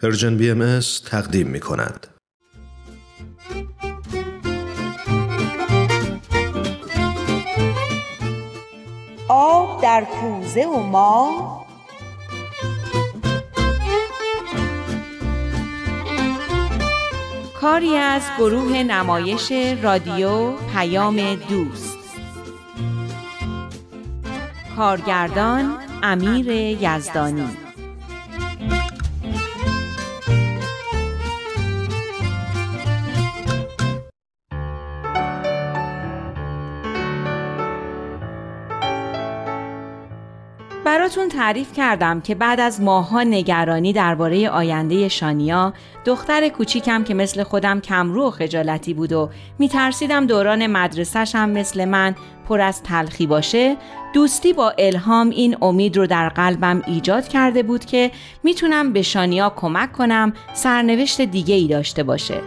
پرژن BMS تقدیم می کند. آب در کوزه و ما، کاری از گروه نمایش رادیو پیام دوست. کارگردان امیر یزدانی. براتون تعریف کردم که بعد از ماه‌ها نگرانی درباره آینده شانیا، دختر کوچیکم که مثل خودم کمرو و خجالتی بود و میترسیدم دوران مدرسه‌ش هم مثل من پر از تلخی باشه، دوستی با الهام این امید رو در قلبم ایجاد کرده بود که میتونم به شانیا کمک کنم سرنوشت دیگه‌ای داشته باشه.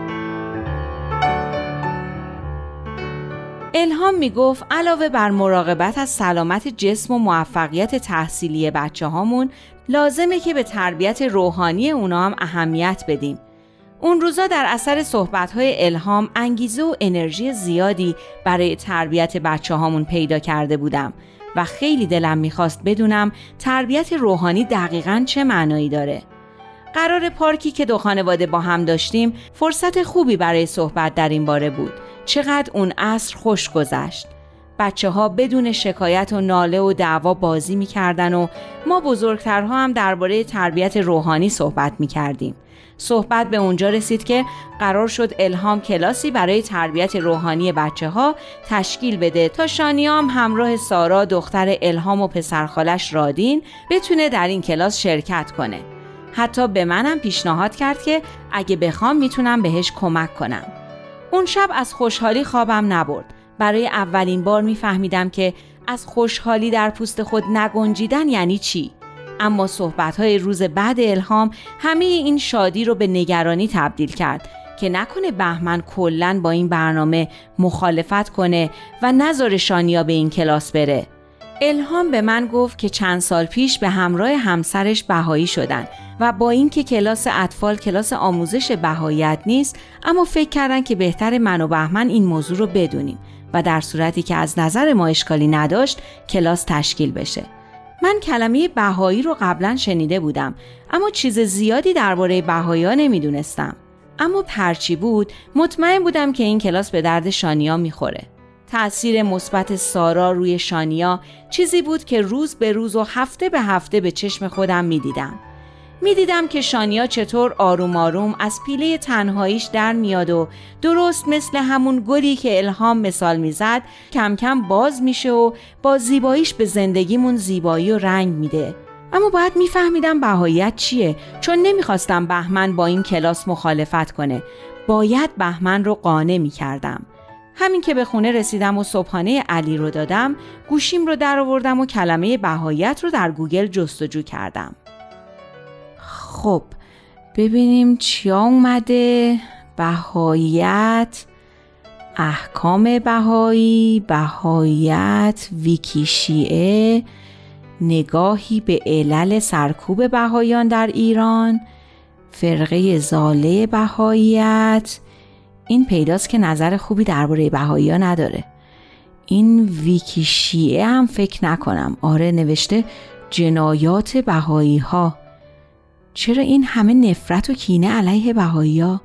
الهام میگفت علاوه بر مراقبت از سلامت جسم و موفقیت تحصیلی بچه هامون، لازمه که به تربیت روحانی اونا هم اهمیت بدیم. اون روزا در اثر صحبت‌های الهام انگیزه و انرژی زیادی برای تربیت بچه هامون پیدا کرده بودم و خیلی دلم میخواست بدونم تربیت روحانی دقیقاً چه معنایی داره. قرار پارکی که دو خانواده با هم داشتیم فرصت خوبی برای صحبت در این باره بود. چقدر اون عصر خوش گذشت. بچه‌ها بدون شکایت و ناله و دعوا بازی می‌کردن و ما بزرگترها هم درباره تربیت روحانی صحبت می‌کردیم. صحبت به اونجا رسید که قرار شد الهام کلاسی برای تربیت روحانی بچه‌ها تشکیل بده تا شانیا هم همراه سارا دختر الهام و پسرخالش رادین بتونه در این کلاس شرکت کنه. حتی به منم پیشنهاد کرد که اگه بخوام میتونم بهش کمک کنم. اون شب از خوشحالی خوابم نبرد. برای اولین بار میفهمیدم که از خوشحالی در پوست خود نگنجیدن یعنی چی. اما صحبت‌های روز بعد الهام همه این شادی رو به نگرانی تبدیل کرد که نکنه بهمن کلاً با این برنامه مخالفت کنه و نذاره شانیا به این کلاس بره. الهام به من گفت که چند سال پیش به همراه همسرش بهایی شدن و با اینکه کلاس اطفال کلاس آموزش بهاییت نیست، اما فکر کردن که بهتر من و بهمن این موضوع رو بدونیم و در صورتی که از نظر ما اشکالی نداشت کلاس تشکیل بشه. من کلمه بهایی رو قبلا شنیده بودم، اما چیز زیادی درباره بهایی‌ها نمیدونستم. اما هرچی بود مطمئن بودم که این کلاس به درد شانیا میخوره. تأثیر مثبت سارا روی شانیا چیزی بود که روز به روز و هفته به هفته به چشم خودم میدیدم که شانیا چطور آروم آروم از پیله تنهاییش در میاد و درست مثل همون گلی که الهام مثال میزد کم کم باز میشه و با زیباییش به زندگیمون زیبایی و رنگ میده. اما باید میفهمیدم بهاییت چیه، چون نمیخواستم بهمن با این کلاس مخالفت کنه. باید بهمن رو قانع میکردم. همین که به خونه رسیدم و صبحانه علی رو دادم، گوشیم رو در آوردم و کلمه بهاییت رو در گوگل جستجو کردم. خب ببینیم چیا اومده. بهاییت، احکام بهایی، بهاییت، ویکی شیعه، نگاهی به علل سرکوب بهاییان در ایران، فرقه ضاله بهاییت. این پیداست که نظر خوبی درباره بهایی‌ها نداره. این ویکی شیعه هم فکر نکنم. آره نوشته جنایات بهایی‌ها. چرا این همه نفرت و کینه علیه بهایی‌ها؟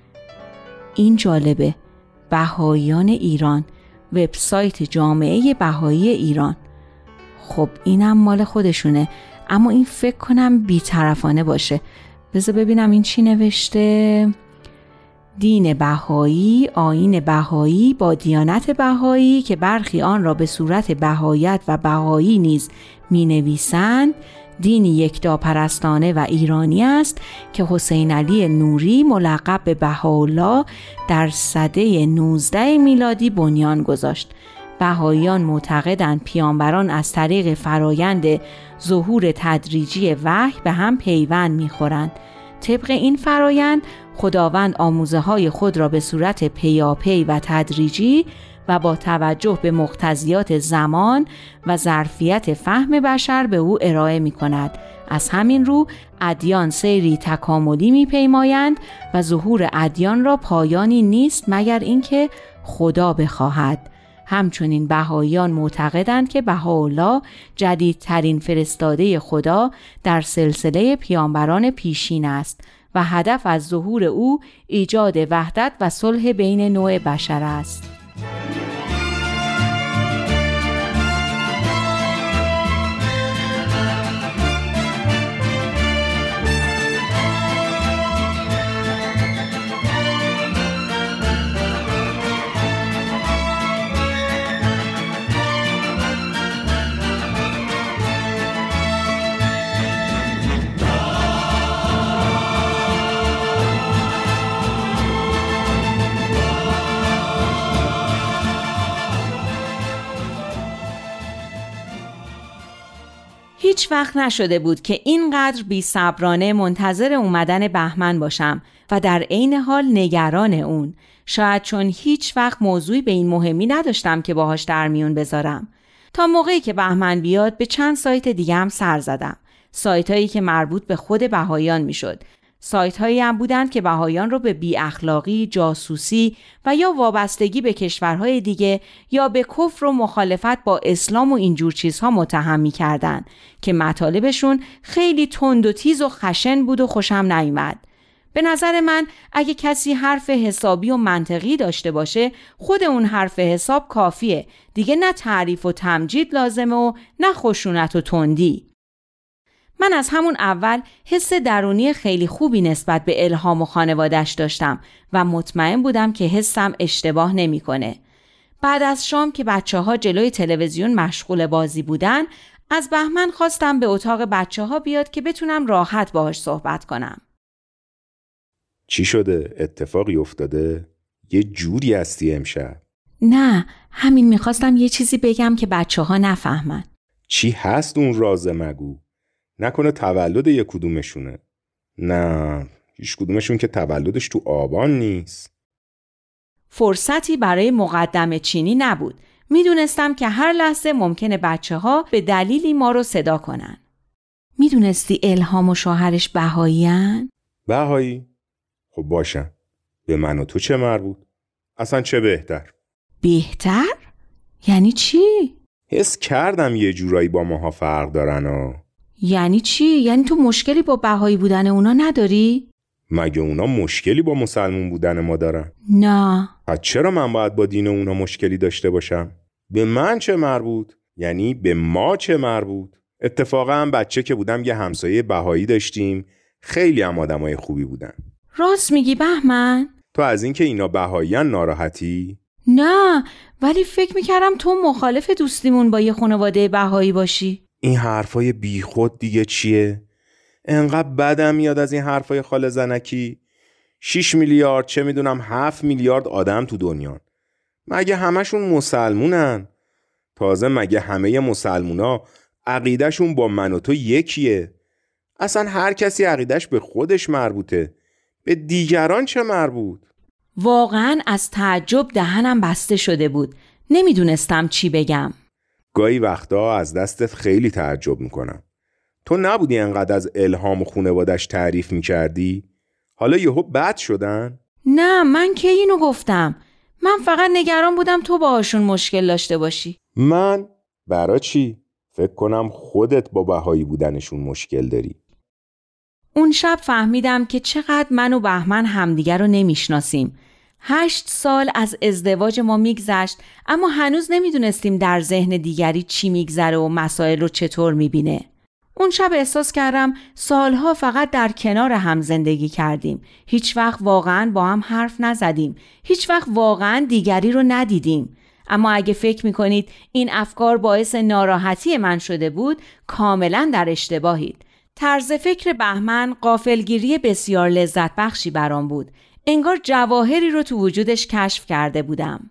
این جالبه. بهاییان ایران، وبسایت جامعه بهایی ایران. خب اینم مال خودشونه، اما این فکر کنم بی‌طرفانه باشه. بذار ببینم این چی نوشته. دین بهایی، آیین بهایی با دیانت بهایی که برخی آن را به صورت بهاییت و بهایی نیز می نویسند، دینی یکتاپرستانه و ایرانی است که حسین علی نوری ملقب به بهاءالله در سده 19 میلادی بنیان گذاشت. بهاییان معتقدند پیامبران از طریق فرایند ظهور تدریجی وحی به هم پیوند می‌خورند. طبق این فرایند خداوند آموزه‌های خود را به صورت پیاپی و تدریجی و با توجه به مقتضیات زمان و ظرفیت فهم بشر به او ارائه می‌کند از همین رو ادیان سیری تکاملی می‌پیمایند و ظهور ادیان را پایانی نیست مگر اینکه خدا بخواهد. همچنین بهائیان معتقدند که بهاءالله جدیدترین فرستاده خدا در سلسله پیامبران پیشین است و هدف از ظهور او ایجاد وحدت و صلح بین نوع بشر است. هیچ وقت نشده بود که اینقدر بی‌صبرانه منتظر اومدن بهمن باشم و در عین حال نگران اون. شاید چون هیچ وقت موضوعی به این مهمی نداشتم که باهاش در میون بذارم. تا موقعی که بهمن بیاد به چند سایت دیگه هم سر زدم. سایتایی که مربوط به خود بهائیان میشد. سایت‌هایی هم بودند که بهائیان رو به بی اخلاقی، جاسوسی و یا وابستگی به کشورهای دیگه یا به کفر و مخالفت با اسلام و اینجور چیزها متهم می‌کردن که مطالبشون خیلی تند و تیز و خشن بود و خوشم نیامد. به نظر من اگه کسی حرف حسابی و منطقی داشته باشه خود اون حرف حساب کافیه. دیگه نه تعریف و تمجید لازمه و نه خشونت و تندی. من از همون اول حس درونی خیلی خوبی نسبت به الهام و خانواده‌اش داشتم و مطمئن بودم که حسم اشتباه نمی‌کنه. بعد از شام که بچه‌ها جلوی تلویزیون مشغول بازی بودن، از بهمن خواستم به اتاق بچه‌ها بیاد که بتونم راحت باهاش صحبت کنم. چی شده؟ اتفاقی افتاده؟ یه جوری هستی امشب؟ نه، همین میخواستم یه چیزی بگم که بچه‌ها نفهمن. چی هست اون رازه مگو؟ نکنه تولد یک کدومشونه؟ نه، هیچ کدومشون که تولدش تو آبان نیست. فرصتی برای مقدمه چینی نبود. میدونستم که هر لحظه ممکنه بچه‌ها به دلیلی ما رو صدا کنن. میدونستی الهام و شوهرش بهائی‌ان؟ بهایی؟ خب باشن. به من و تو چه مربوط؟ اصلا چه بهتر؟ بهتر؟ یعنی چی؟ حس کردم یه جورایی با ماها فرق دارن ها. یعنی چی؟ یعنی تو مشکلی با بهایی بودن اونا نداری؟ مگه اونا مشکلی با مسلمون بودن ما دارن؟ نه. پس چرا من باید با دین اونا مشکلی داشته باشم؟ به من چه مربوط؟ یعنی به ما چه مربوط؟ اتفاقا بچه که بودم یه همسایه بهایی داشتیم، خیلی هم آدمای خوبی بودن. راست میگی بهمن؟ تو از اینکه اینا بهاییان ناراحتی؟ نه، ولی فکر میکردم تو مخالف دوستیمون با یه خانواده بهایی باشی. این حرفای بیخود دیگه چیه؟ انقدر بدم میاد از این حرفای خاله زنکی. 6 میلیارد چه میدونم 7 میلیارد آدم تو دنیان، مگه همشون مسلمونن؟ تازه مگه همه مسلمونا عقیدهشون با من و تو یکیه؟ اصلا هر کسی عقیدهش به خودش مربوطه، به دیگران چه مربوط؟ واقعا از تعجب دهنم بسته شده بود. نمیدونستم چی بگم. گاهی وقتا از دستت خیلی تعجب میکنم. تو نبودی انقدر از الهام و خانواده‌اش تعریف میکردی؟ حالا یهو بد شدن؟ نه، من که اینو گفتم. من فقط نگران بودم تو باهاشون مشکل داشته باشی. من؟ برا چی؟ فکر کنم خودت با بهایی بودنشون مشکل داری. اون شب فهمیدم که چقدر من و بهمن همدیگر رو نمیشناسیم. 8 سال از ازدواج ما میگذشت، اما هنوز نمیدونستیم در ذهن دیگری چی میگذره و مسائل رو چطور میبینه. اون شب احساس کردم سالها فقط در کنار هم زندگی کردیم. هیچ وقت واقعاً با هم حرف نزدیم. هیچ وقت واقعاً دیگری رو ندیدیم. اما اگه فکر میکنید این افکار باعث ناراحتی من شده بود، کاملاً در اشتباهید. طرز فکر بهمن غافلگیری بسیار لذت بخشی برام بود. انگار جواهری رو تو وجودش کشف کرده بودم.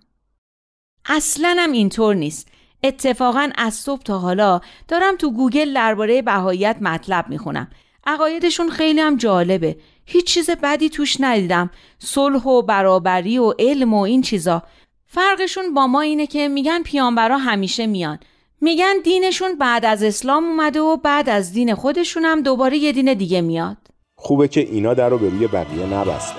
اصلاً هم اینطور نیست. اتفاقاً از صبح تا حالا دارم تو گوگل درباره بهاییت مطلب میخونم. عقایدشون خیلی هم جالبه. هیچ چیز بدی توش ندیدم. صلح و برابری و علم و این چیزا. فرقشون با ما اینه که میگن پیامبرا همیشه میان. میگن دینشون بعد از اسلام اومده و بعد از دین خودشون هم دوباره یه دین دیگه میاد. خوبه که اینا در رو به روی بقیه نبستن.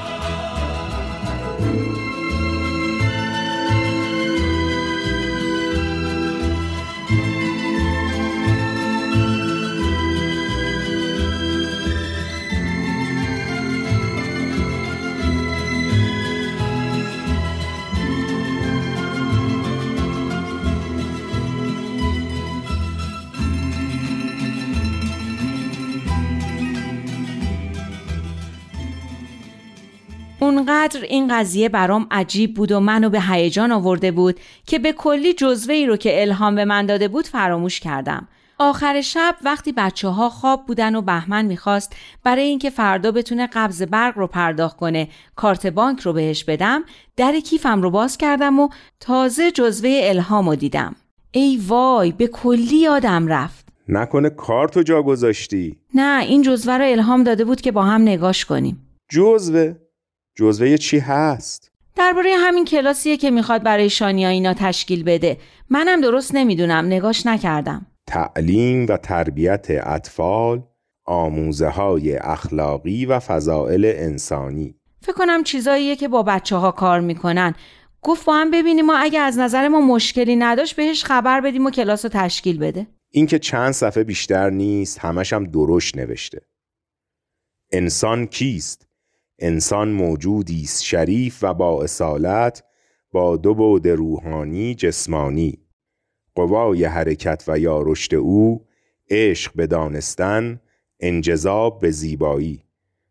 اونقدر این قضیه برام عجیب بود و منو به هیجان آورده بود که به کلی جزوه‌ای رو که الهام به من داده بود فراموش کردم. آخر شب وقتی بچه‌ها خواب بودن و بهمن میخواست برای اینکه فردا بتونه قبض برق رو پرداخت کنه کارت بانک رو بهش بدم، در کیفم رو باز کردم و تازه جزوه الهامو دیدم. ای وای، به کلی یادم رفت. نکنه کارتو جا گذاشتی؟ نه، این جزوه رو الهام داده بود که با هم نگاش کنیم. جزوه چی هست؟ درباره همین کلاسیه که میخواد برای شانیا اینا تشکیل بده. منم درست نمیدونم، نگاش نکردم. تعلیم و تربیت اطفال، آموزه‌های اخلاقی و فضائل انسانی. فکر کنم چیزاییه که با بچه‌ها کار میکنن. گفت با هم ببینیم ما اگه از نظر ما مشکلی نداشت بهش خبر بدیم و کلاس رو تشکیل بده. این که چند صفحه بیشتر نیست، همش هم درشت نوشته. انسان کیست؟ انسان موجودی است شریف و با اصالت، با دو بعد روحانی جسمانی. قوای حرکت و یا رشد او، عشق به دانستن، انجذاب به زیبایی.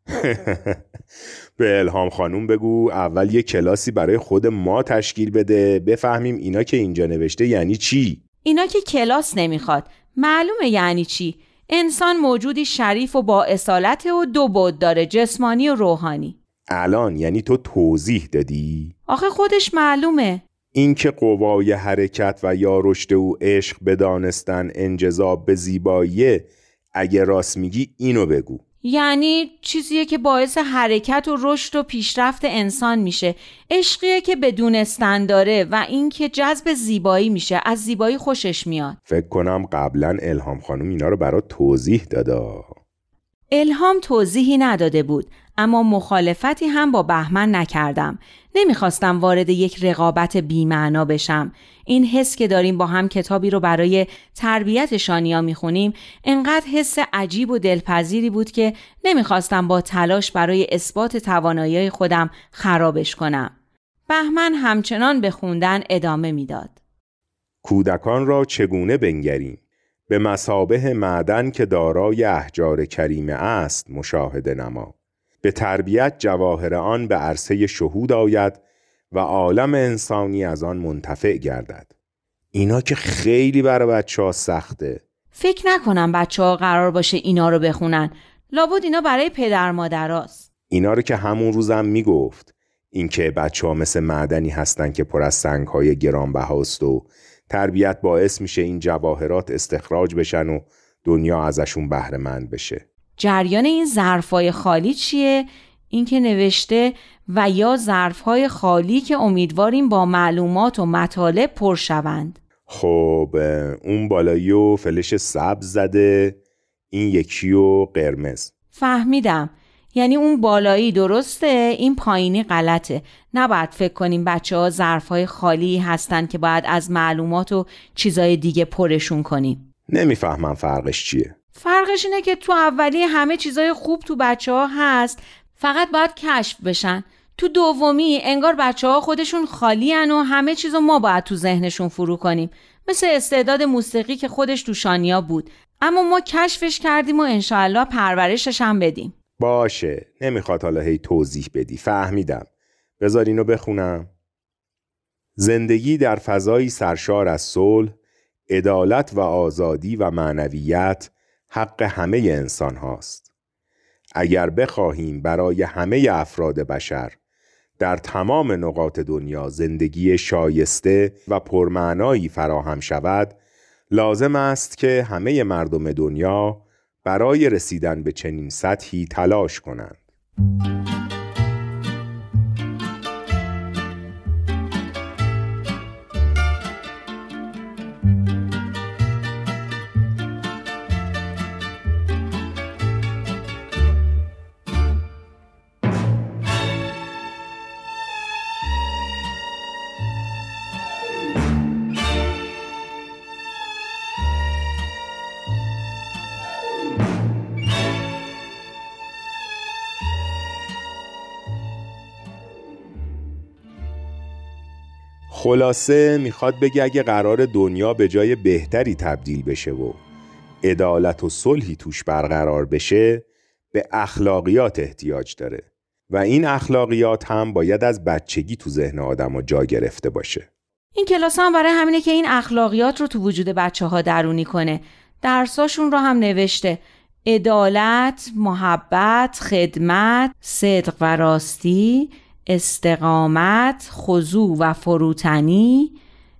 به الهام خانوم بگو اول یه کلاسی برای خود ما تشکیل بده، بفهمیم اینا که اینجا نوشته یعنی چی. اینا که کلاس نمیخواد، معلومه یعنی چی. انسان موجودی شریف و با اصالت و دو بعد داره، جسمانی و روحانی. الان یعنی تو توضیح دادی؟ آخه خودش معلومه. این که قوای حرکت و یا رشد او عشق به دانستن، انجذاب به زیبایی، اگه راست میگی اینو بگو. یعنی چیزیه که باعث حرکت و رشد و پیشرفت انسان میشه، عشقیه که به دونستن داره و این که جذب زیبایی میشه، از زیبایی خوشش میاد. فکر کنم قبلا الهام خانم اینا رو برات توضیح داده. الهام توضیحی نداده بود، اما مخالفتی هم با بهمن نکردم. نمیخواستم وارد یک رقابت بی‌معنا بشم. این حس که داریم با هم کتابی رو برای تربیت شانیا میخونیم، انقدر حس عجیب و دلپذیری بود که نمیخواستم با تلاش برای اثبات توانایی خودم خرابش کنم. بهمن همچنان به خوندن ادامه میداد. کودکان را چگونه بنگریم؟ به مثابه معدن که دارای احجار کریمه است مشاهده نما. به تربیت جواهر آن به عرصه شهود آید و عالم انسانی از آن منتفع گردد. اینا که خیلی برای بچه‌ها سخته. فکر نکنم بچه‌ها قرار باشه اینا رو بخونن. لابد اینا برای پدر مادراست. اینا رو که همون روزم میگفت. این که بچه‌ها مثل معدنی هستن که پر از سنگ‌های گرانبهاست و تربیت باعث میشه این جواهرات استخراج بشن و دنیا ازشون بهره مند بشه. جریان این ظرفای خالی چیه؟ این که نوشته و یا ظرفهای خالی که امیدواریم با معلومات و مطالب پر شوند. خب اون بالایی و فلش سبز زده، این یکی و قرمز. فهمیدم. یعنی اون بالایی درسته، این پایینی غلطه. نباید فکر کنیم بچه‌ها ظرفهای خالی هستن که باید از معلومات و چیزای دیگه پرشون کنیم. نمیفهمم فرقش چیه. فرقش اینه که تو اولی همه چیزای خوب تو بچه‌ها هست، فقط باید کشف بشن. تو دومی انگار بچه‌ها خودشون خالی ان و همه چیزو ما باید تو ذهنشون فرو کنیم. مثل استعداد موسیقی که خودش تو شانیا بود، اما ما کشفش کردیم و انشاءالله پرورشش هم بدیم. باشه، نمیخواد حالا هی توضیح بدی، فهمیدم. بذار اینو بخونم. زندگی در فضایی سرشار از صلح، عدالت و آزادی و معنویت حق همه انسان هاست. اگر بخواهیم برای همه افراد بشر در تمام نقاط دنیا زندگی شایسته و پرمعنایی فراهم شود، لازم است که همه مردم دنیا برای رسیدن به چنین سطحی تلاش کنند. خلاصه میخواد بگه اگه قرار دنیا به جای بهتری تبدیل بشه و عدالت و صلحی توش برقرار بشه، به اخلاقیات احتیاج داره و این اخلاقیات هم باید از بچگی تو ذهن آدم جا گرفته باشه. این کلاس هم برای همینه که این اخلاقیات رو تو وجود بچه‌ها درونی کنه. درساشون رو هم نوشته: عدالت، محبت، خدمت، صدق و راستی، استقامت، خضوع و فروتنی،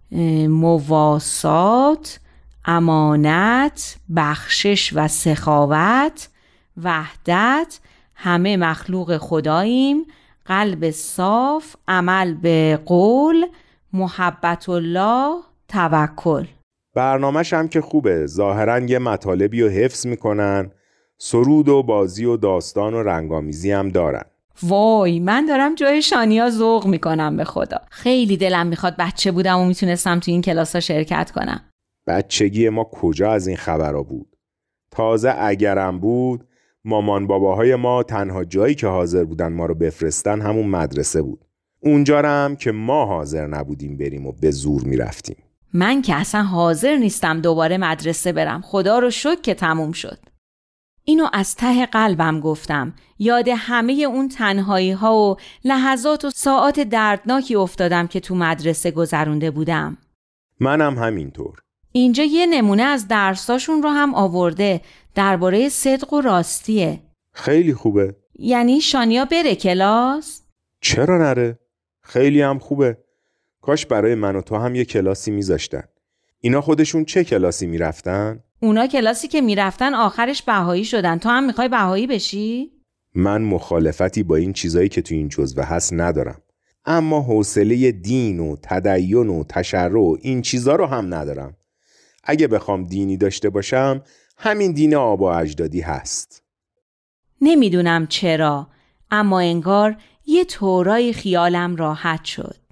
مواسات، امانت، بخشش و سخاوت، وحدت، همه مخلوق خداییم، قلب صاف، عمل به قول، محبت الله، توکل. برنامه‌ش هم که خوبه، ظاهراً یه مطالبی رو حفظ میکنن، سرود و بازی و داستان و رنگامیزی هم دارن. وای، من دارم جای شانیا ذوق میکنم به خدا. خیلی دلم میخواد بچه بودم و میتونستم تو این کلاس‌ها شرکت کنم. بچگی ما کجا از این خبرها بود؟ تازه اگرم بود، مامان باباهای ما تنها جایی که حاضر بودن ما رو بفرستن همون مدرسه بود. اونجا هم که ما حاضر نبودیم بریم و به زور میرفتیم. من که اصلا حاضر نیستم دوباره مدرسه برم. خدا رو شکر که تموم شد. اینو از ته قلبم گفتم. یاد همه اون تنهایی ها و لحظات و ساعات دردناکی افتادم که تو مدرسه گذرونده بودم. منم همینطور. اینجا یه نمونه از درساشون رو هم آورده، درباره صدق و راستیه. خیلی خوبه. یعنی شانیا بره کلاس؟ چرا نره؟ خیلی هم خوبه. کاش برای من و تو هم یه کلاسی میذاشتن. اینا خودشون چه کلاسی میرفتن؟ اونا کلاسی که میرفتن آخرش بهایی شدن. تو هم میخوای بهایی بشی؟ من مخالفتی با این چیزایی که تو این جزوه هست ندارم، اما حوصله دین و تدین و تشرع این چیزا رو هم ندارم. اگه بخوام دینی داشته باشم، همین دین آبا اجدادی هست. نمیدونم چرا، اما انگار یه طورای خیالم راحت شد.